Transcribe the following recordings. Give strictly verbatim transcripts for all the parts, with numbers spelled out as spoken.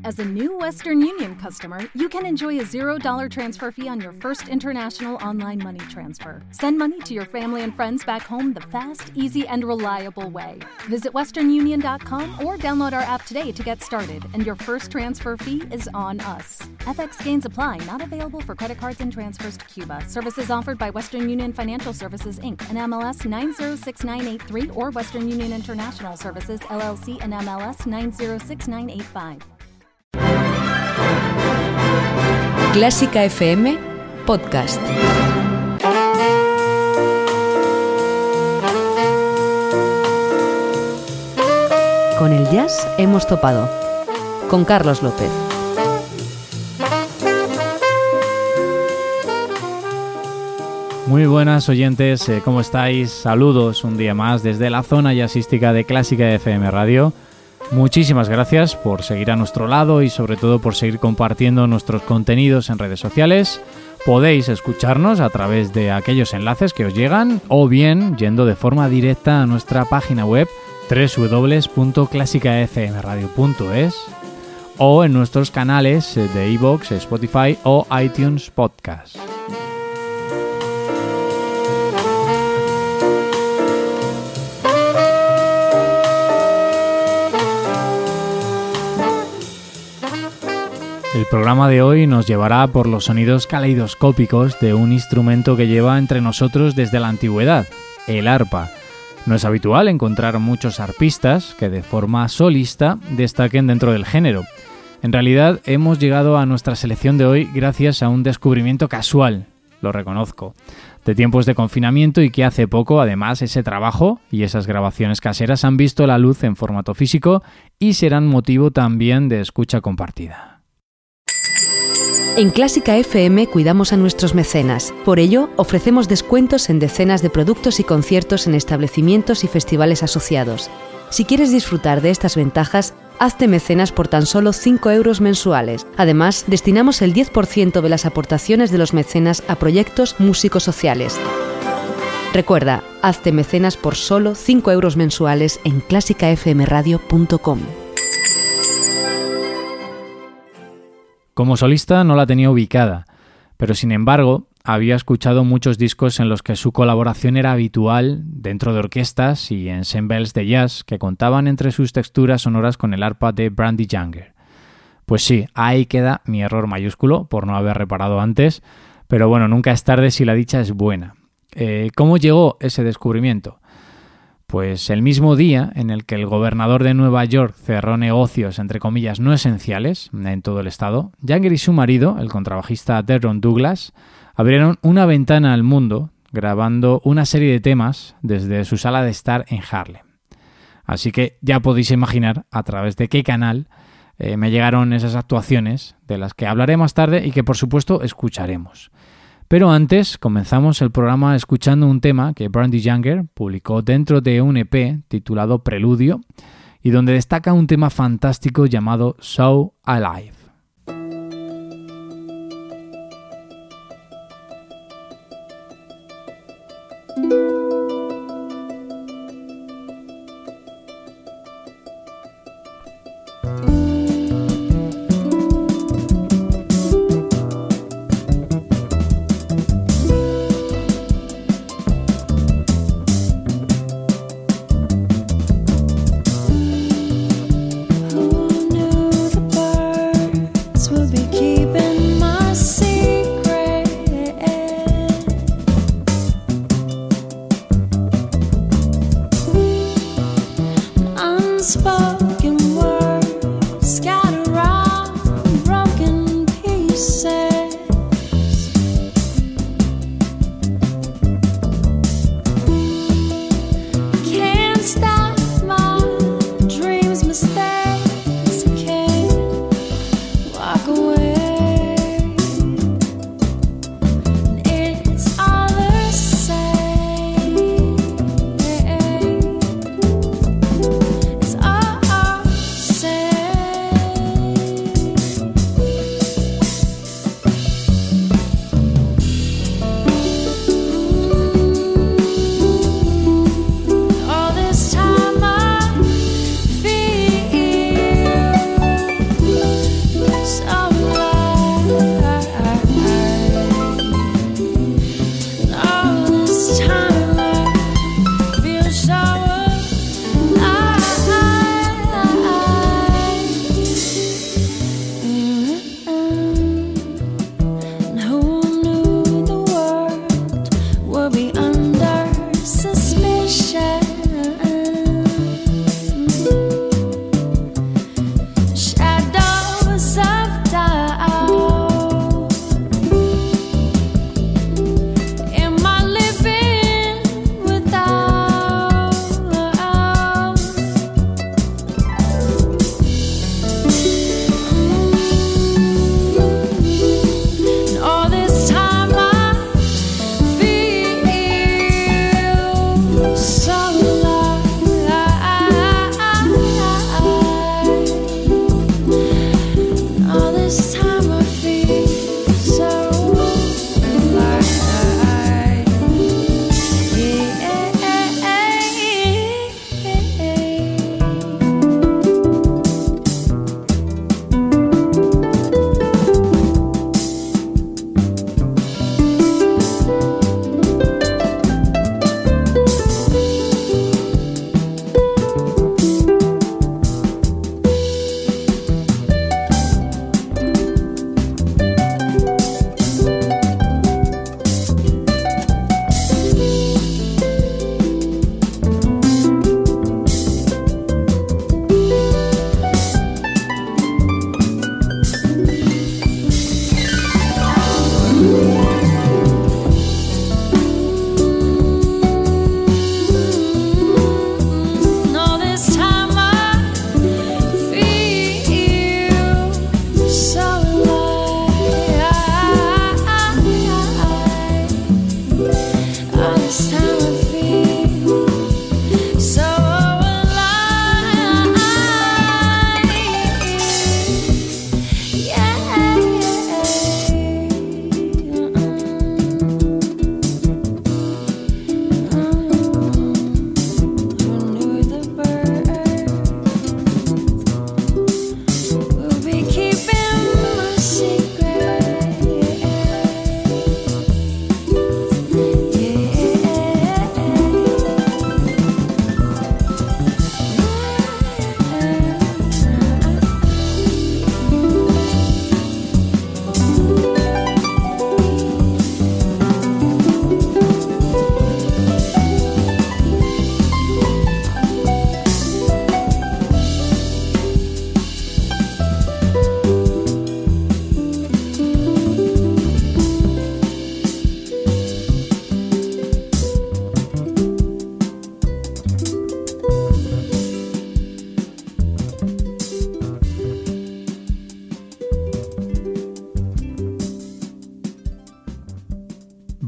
As a new Western Union customer, you can enjoy a zero dollars transfer fee on your first international online money transfer. Send money to your family and friends back home the fast, easy, and reliable way. Visit western union dot com or download our app today to get started, and your first transfer fee is on us. F X gains apply, not available for credit cards and transfers to Cuba. Services offered by Western Union Financial Services, Incorporated, and M L S nine zero six nine eight three or Western Union International Services, L L C, and M L S nine zero six nine eight five. Clásica F M Podcast. Con el jazz hemos topado. Con Carlos López. Muy buenas oyentes, ¿cómo estáis? Saludos un día más desde la zona jazzística de Clásica F M Radio. Muchísimas gracias por seguir a nuestro lado y sobre todo por seguir compartiendo nuestros contenidos en redes sociales. Podéis escucharnos a través de aquellos enlaces que os llegan o bien yendo de forma directa a nuestra página web doble u doble u doble u punto clásica f m radio punto es o en nuestros canales de iVoox, Spotify o iTunes Podcast. El programa de hoy nos llevará por los sonidos caleidoscópicos de un instrumento que lleva entre nosotros desde la antigüedad, el arpa. No es habitual encontrar muchos arpistas que de forma solista destaquen dentro del género. En realidad hemos llegado a nuestra selección de hoy gracias a un descubrimiento casual, lo reconozco, de tiempos de confinamiento y que hace poco además ese trabajo y esas grabaciones caseras han visto la luz en formato físico y serán motivo también de escucha compartida. En Clásica F M cuidamos a nuestros mecenas. Por ello, ofrecemos descuentos en decenas de productos y conciertos en establecimientos y festivales asociados. Si quieres disfrutar de estas ventajas, hazte mecenas por tan solo cinco euros mensuales. Además, destinamos el diez por ciento de las aportaciones de los mecenas a proyectos músicos sociales. Recuerda, hazte mecenas por solo cinco euros mensuales en clásica f m radio punto com. Como solista no la tenía ubicada, pero sin embargo había escuchado muchos discos en los que su colaboración era habitual dentro de orquestas y ensembles de jazz que contaban entre sus texturas sonoras con el arpa de Brandi Younger. Pues sí, ahí queda mi error mayúsculo por no haber reparado antes, pero bueno, nunca es tarde si la dicha es buena. Eh, ¿Cómo llegó ese descubrimiento? Pues el mismo día en el que el gobernador de Nueva York cerró negocios, entre comillas, no esenciales en todo el estado, Younger y su marido, el contrabajista Deron Douglas, abrieron una ventana al mundo grabando una serie de temas desde su sala de estar en Harlem. Así que ya podéis imaginar a través de qué canal eh, me llegaron esas actuaciones de las que hablaré más tarde y que por supuesto escucharemos. Pero antes comenzamos el programa escuchando un tema que Brandi Younger publicó dentro de un E P titulado Preludio y donde destaca un tema fantástico llamado So Alive. Who knew the bird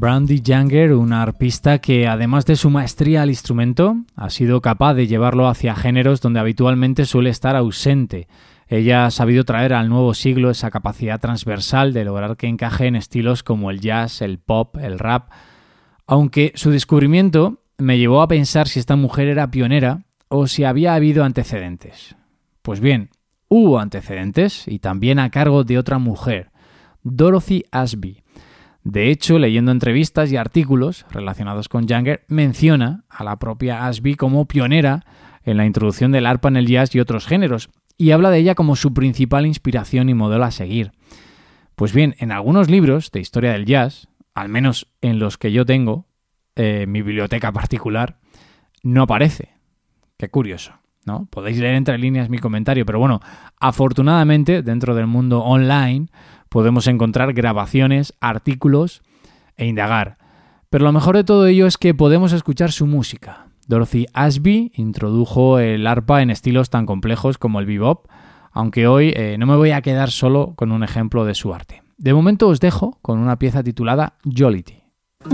Brandi Younger, una arpista que, además de su maestría al instrumento, ha sido capaz de llevarlo hacia géneros donde habitualmente suele estar ausente. Ella ha sabido traer al nuevo siglo esa capacidad transversal de lograr que encaje en estilos como el jazz, el pop, el rap, aunque su descubrimiento me llevó a pensar si esta mujer era pionera o si había habido antecedentes. Pues bien, hubo antecedentes y también a cargo de otra mujer, Dorothy Ashby. De hecho, leyendo entrevistas y artículos relacionados con Younger, menciona a la propia Ashby como pionera en la introducción del arpa en el jazz y otros géneros, y habla de ella como su principal inspiración y modelo a seguir. Pues bien, en algunos libros de historia del jazz, al menos en los que yo tengo, eh, mi biblioteca particular, no aparece. Qué curioso, ¿no? Podéis leer entre líneas mi comentario, pero bueno, afortunadamente, dentro del mundo online, podemos encontrar grabaciones, artículos e indagar. Pero lo mejor de todo ello es que podemos escuchar su música. Dorothy Ashby introdujo el arpa en estilos tan complejos como el bebop, aunque hoy eh, no me voy a quedar solo con un ejemplo de su arte. De momento os dejo con una pieza titulada Jollity.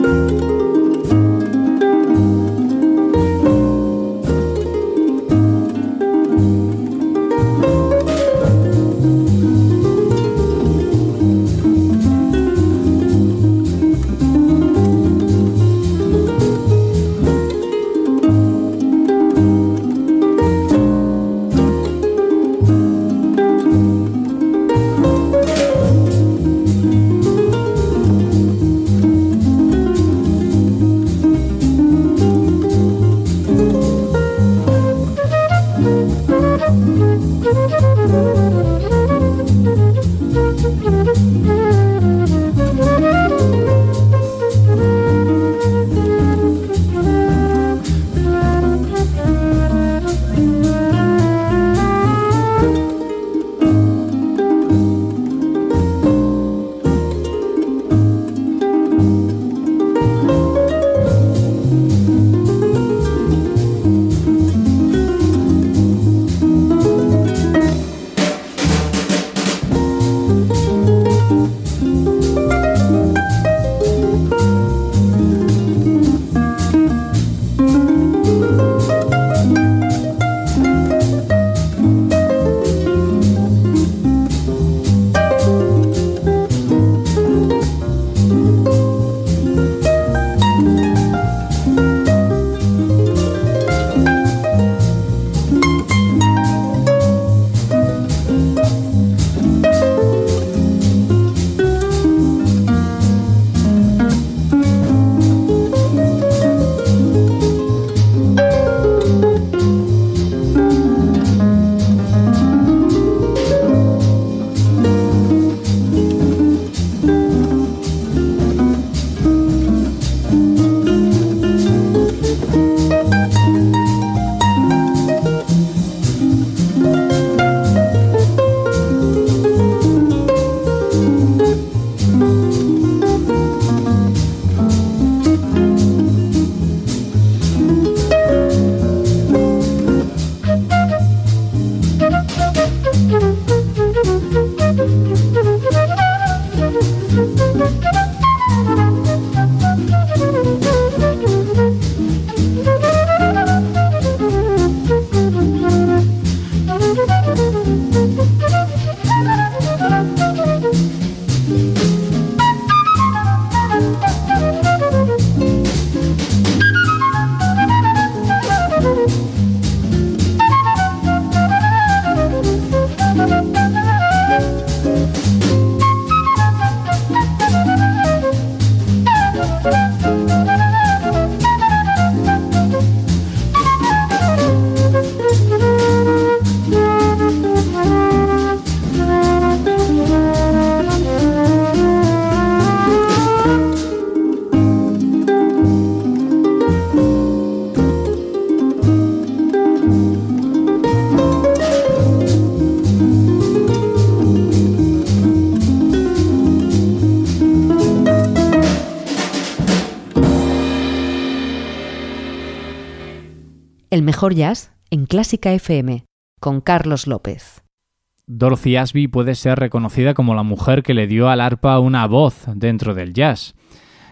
El mejor jazz en Clásica F M, con Carlos López. Dorothy Ashby puede ser reconocida como la mujer que le dio al arpa una voz dentro del jazz.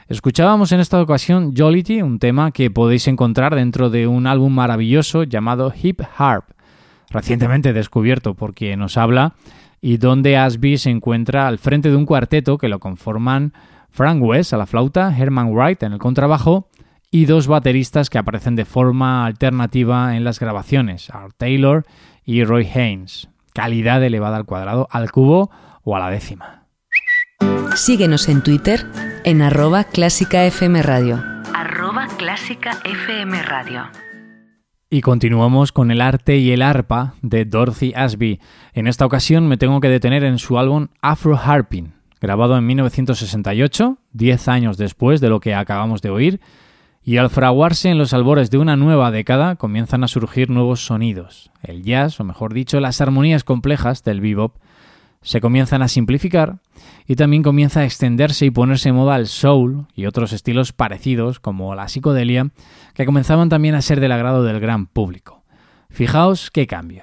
Escuchábamos en esta ocasión Jollity, un tema que podéis encontrar dentro de un álbum maravilloso llamado Hip Harp, recientemente descubierto por quien nos habla, y donde Ashby se encuentra al frente de un cuarteto que lo conforman Frank West a la flauta, Herman Wright en el contrabajo y dos bateristas que aparecen de forma alternativa en las grabaciones, Art Taylor y Roy Haynes. Calidad elevada al cuadrado, al cubo o a la décima. Síguenos en Twitter en arroba clásica fm radio. Arroba clásica fm radio. Y continuamos con el arte y el arpa de Dorothy Ashby. En esta ocasión me tengo que detener en su álbum Afro Harping, grabado en mil novecientos sesenta y ocho, diez años después de lo que acabamos de oír, y al fraguarse en los albores de una nueva década comienzan a surgir nuevos sonidos. El jazz, o mejor dicho, las armonías complejas del bebop, se comienzan a simplificar y también comienza a extenderse y ponerse en moda el soul y otros estilos parecidos como la psicodelia que comenzaban también a ser del agrado del gran público. Fijaos qué cambio.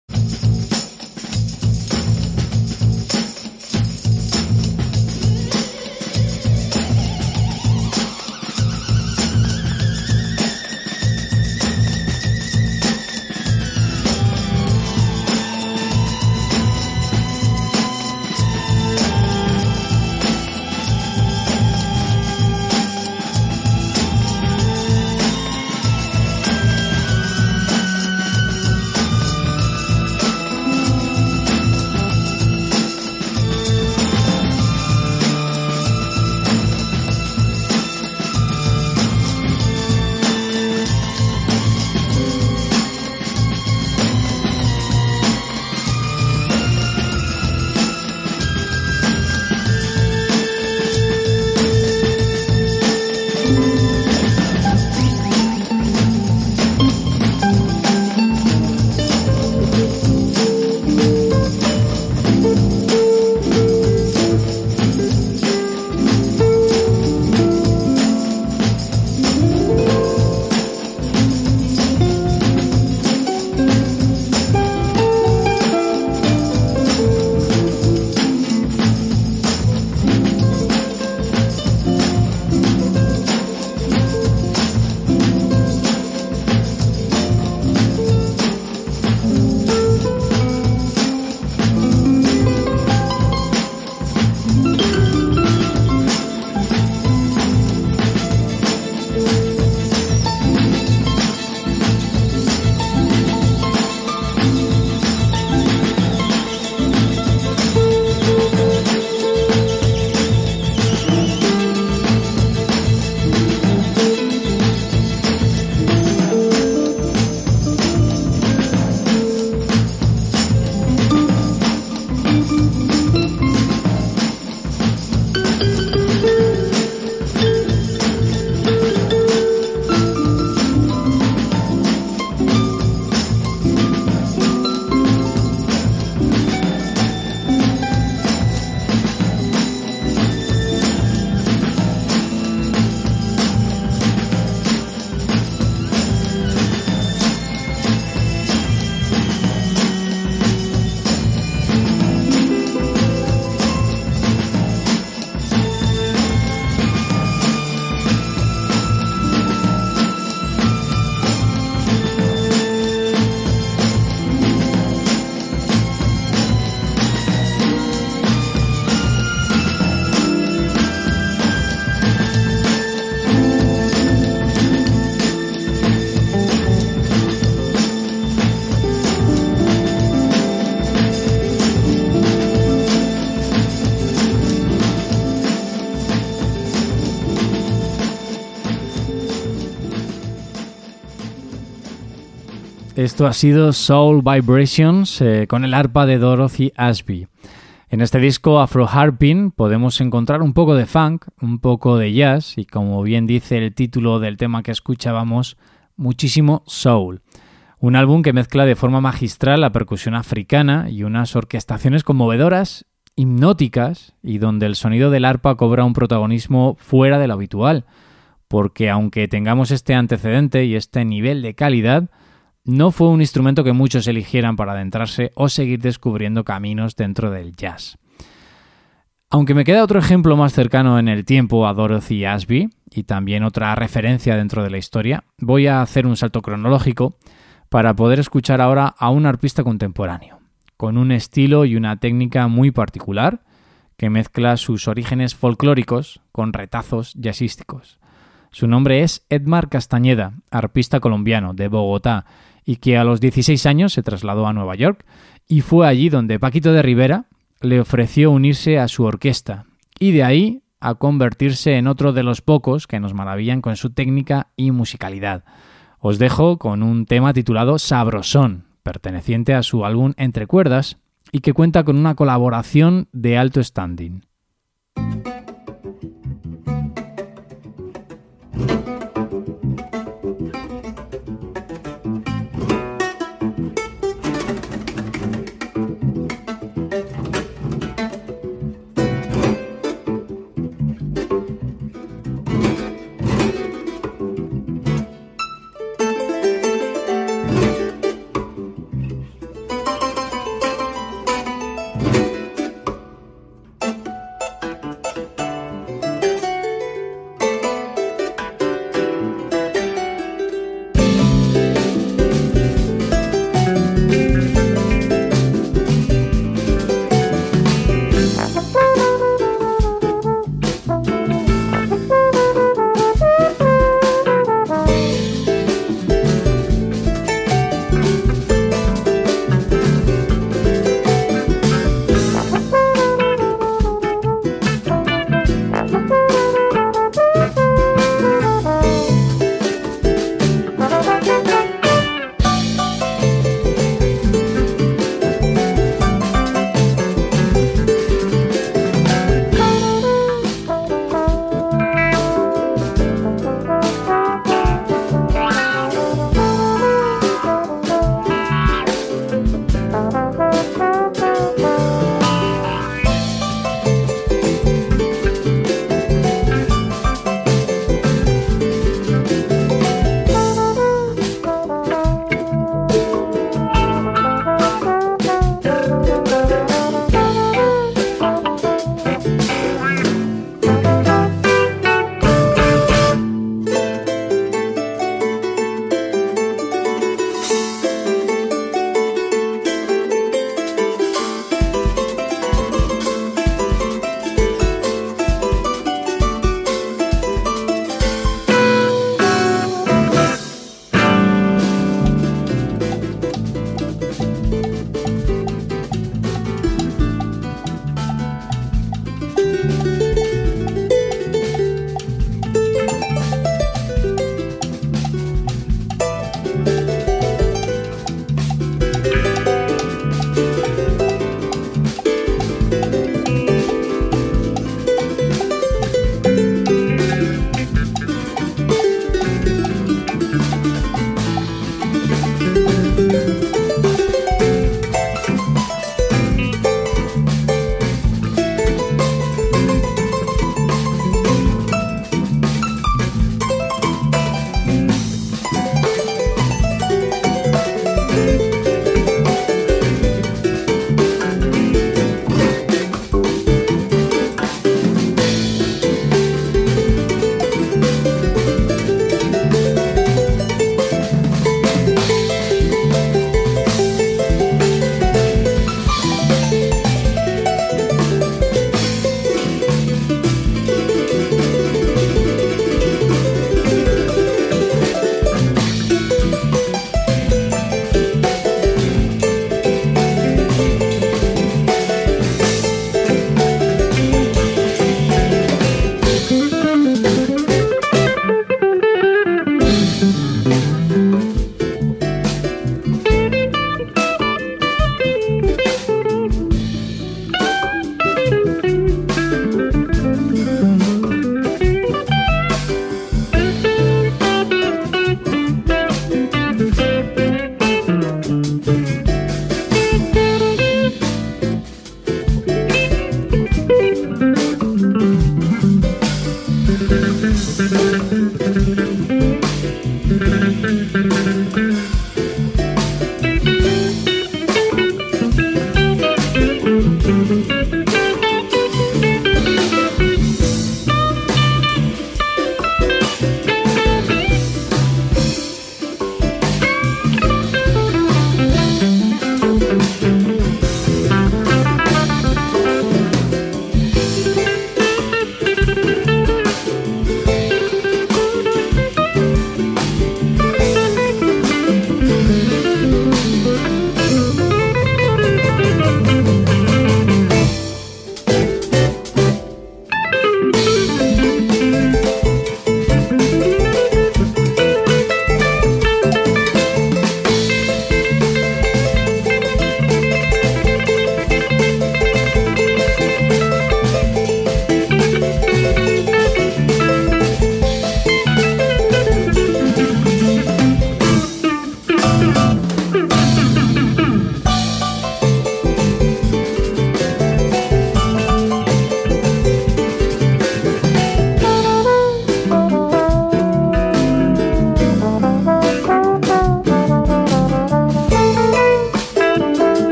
Esto ha sido Soul Vibrations eh, con el arpa de Dorothy Ashby. En este disco Afro Harping podemos encontrar un poco de funk, un poco de jazz y, como bien dice el título del tema que escuchábamos, muchísimo soul. Un álbum que mezcla de forma magistral la percusión africana y unas orquestaciones conmovedoras, hipnóticas, y donde el sonido del arpa cobra un protagonismo fuera de lo habitual, porque aunque tengamos este antecedente y este nivel de calidad, no fue un instrumento que muchos eligieran para adentrarse o seguir descubriendo caminos dentro del jazz. Aunque me queda otro ejemplo más cercano en el tiempo a Dorothy Ashby y también otra referencia dentro de la historia, voy a hacer un salto cronológico para poder escuchar ahora a un arpista contemporáneo, con un estilo y una técnica muy particular que mezcla sus orígenes folclóricos con retazos jazzísticos. Su nombre es Edmar Castañeda, arpista colombiano de Bogotá, y que a los dieciséis años se trasladó a Nueva York y fue allí donde Paquito de Rivera le ofreció unirse a su orquesta y de ahí a convertirse en otro de los pocos que nos maravillan con su técnica y musicalidad. Os dejo con un tema titulado Sabrosón, perteneciente a su álbum Entre Cuerdas y que cuenta con una colaboración de alto standing.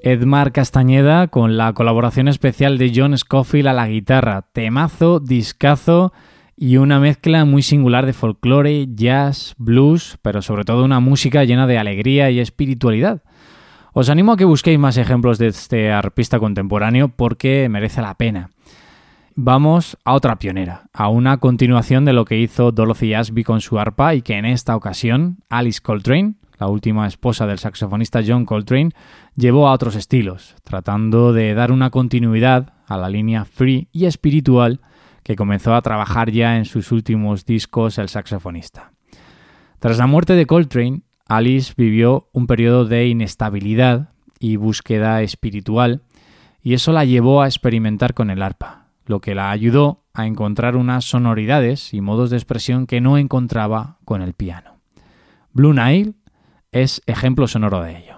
Edmar Castañeda con la colaboración especial de John Scofield a la guitarra. Temazo, discazo y una mezcla muy singular de folclore, jazz, blues, pero sobre todo una música llena de alegría y espiritualidad. Os animo a que busquéis más ejemplos de este arpista contemporáneo porque merece la pena. Vamos a otra pionera, a una continuación de lo que hizo Dorothy Ashby con su arpa y que en esta ocasión Alice Coltrane, la última esposa del saxofonista John Coltrane, llevó a otros estilos, tratando de dar una continuidad a la línea free y espiritual que comenzó a trabajar ya en sus últimos discos el saxofonista. Tras la muerte de Coltrane, Alice vivió un periodo de inestabilidad y búsqueda espiritual, y eso la llevó a experimentar con el arpa, lo que la ayudó a encontrar unas sonoridades y modos de expresión que no encontraba con el piano. Blue Nile es ejemplo sonoro de ello.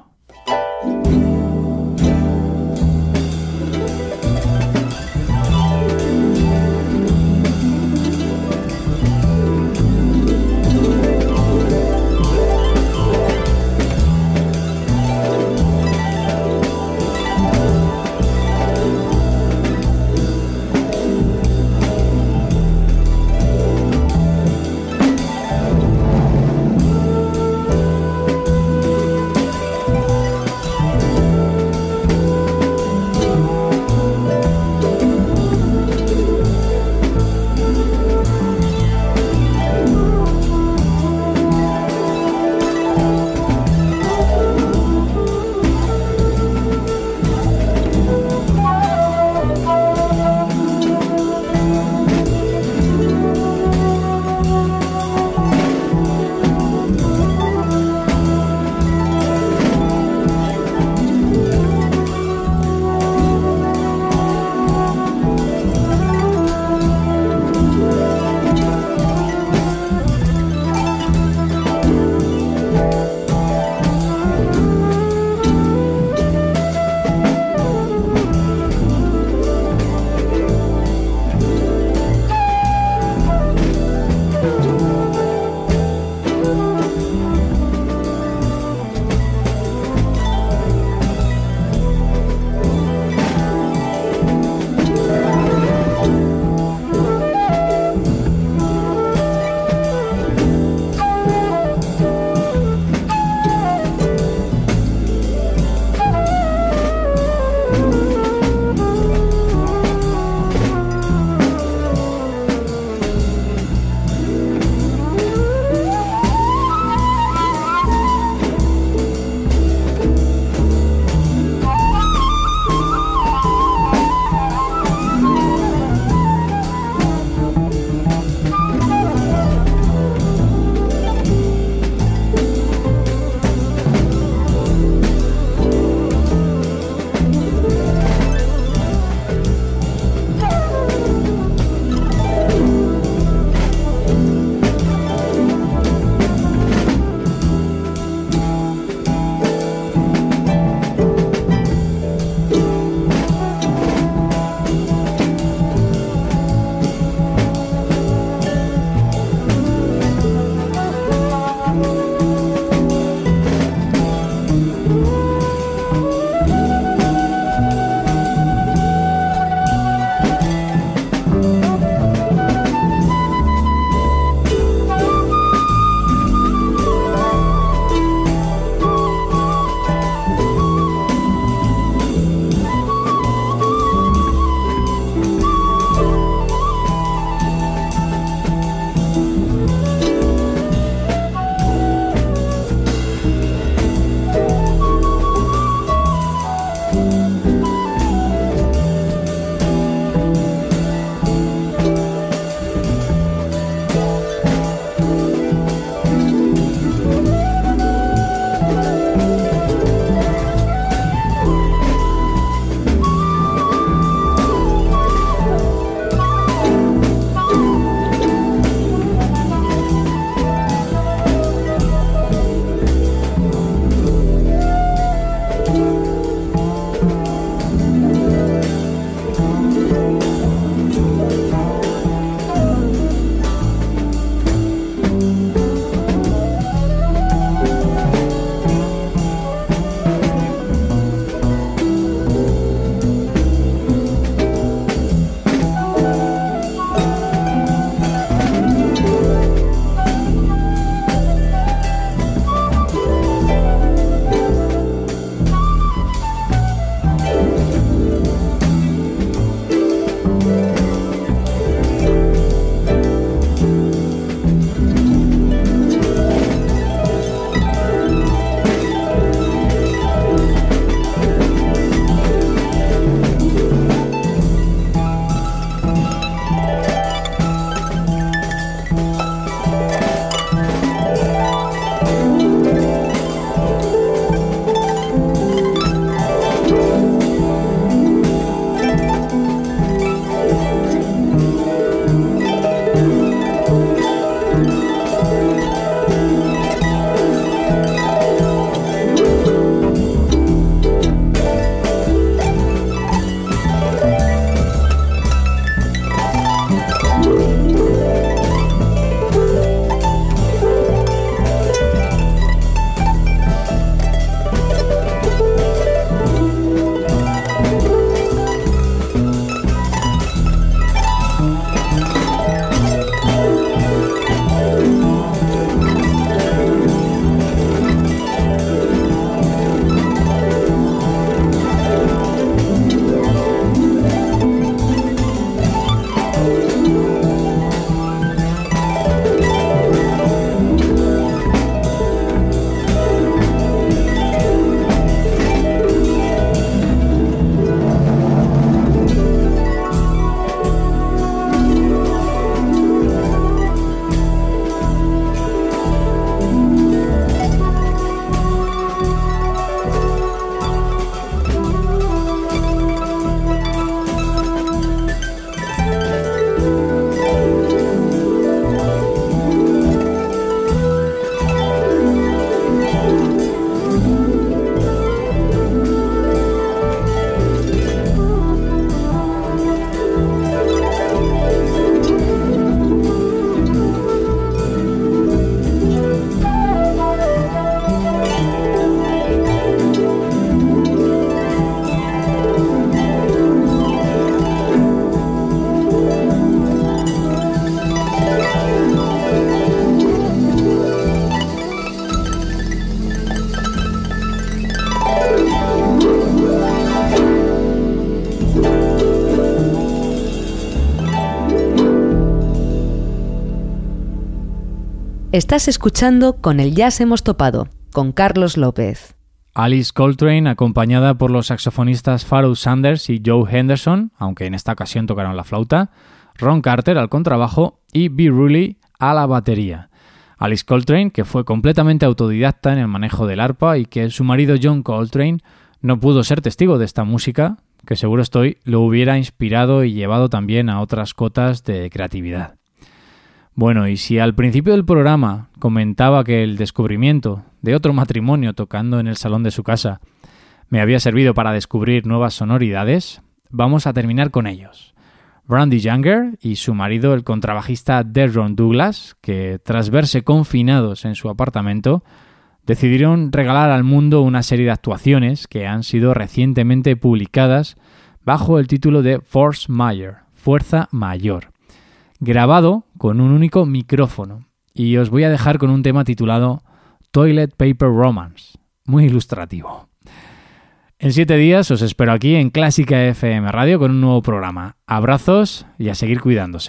Estás escuchando Con el Jazz hemos topado, con Carlos López. Alice Coltrane, acompañada por los saxofonistas Pharoah Sanders y Joe Henderson, aunque en esta ocasión tocaron la flauta, Ron Carter al contrabajo y B. Ruley a la batería. Alice Coltrane, que fue completamente autodidacta en el manejo del arpa y que su marido John Coltrane no pudo ser testigo de esta música, que seguro estoy lo hubiera inspirado y llevado también a otras cotas de creatividad. Bueno, y si al principio del programa comentaba que el descubrimiento de otro matrimonio tocando en el salón de su casa me había servido para descubrir nuevas sonoridades, vamos a terminar con ellos. Randy Younger y su marido, el contrabajista Deron Douglas, que tras verse confinados en su apartamento, decidieron regalar al mundo una serie de actuaciones que han sido recientemente publicadas bajo el título de Force Mayor, Fuerza Mayor, grabado con un único micrófono. Y os voy a dejar con un tema titulado Toilet Paper Romance, muy ilustrativo. En siete días os espero aquí en Clásica F M Radio con un nuevo programa. Abrazos y a seguir cuidándose.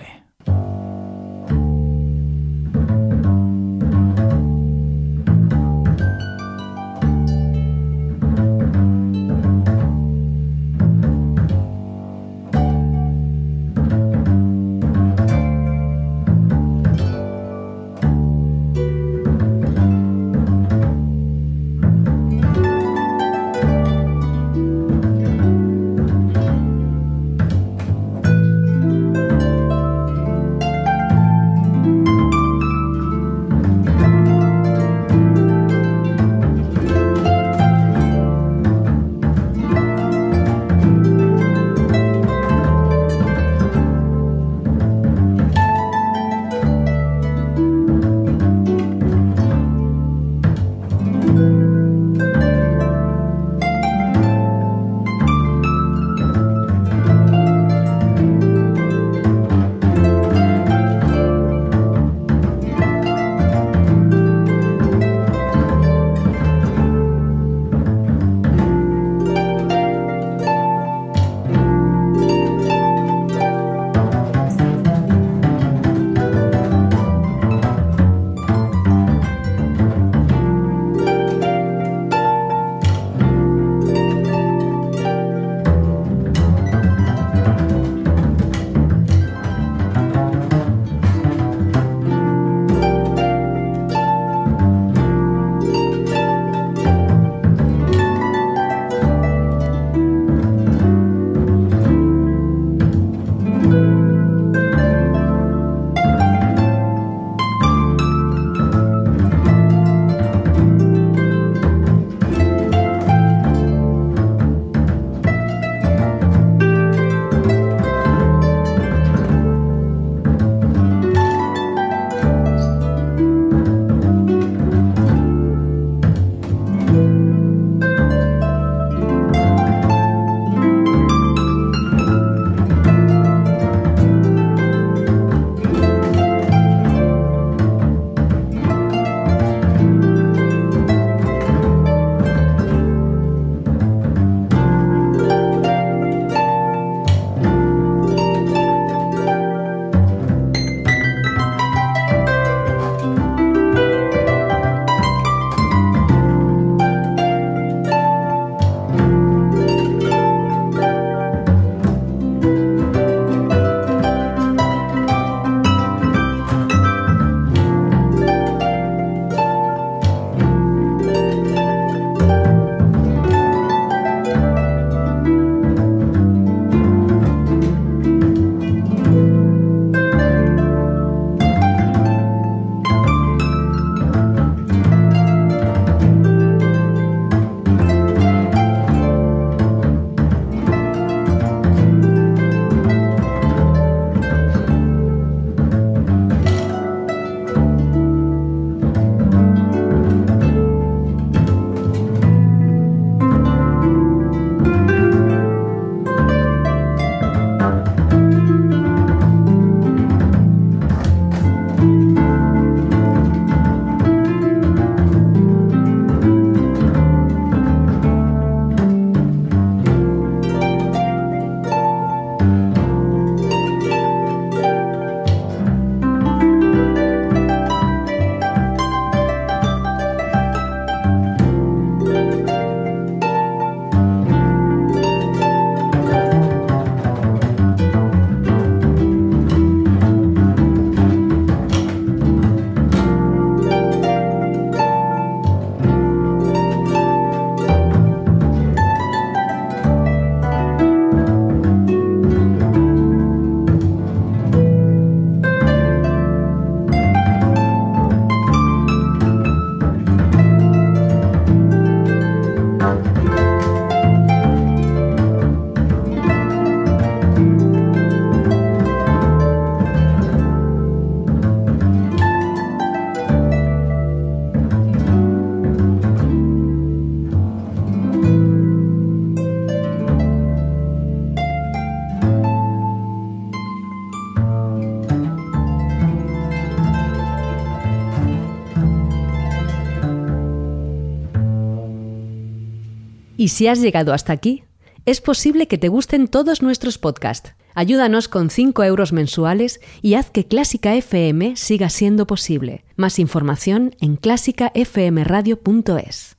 Y si has llegado hasta aquí, es posible que te gusten todos nuestros podcasts. Ayúdanos con cinco euros mensuales y haz que Clásica F M siga siendo posible. Más información en clásica f m radio punto es.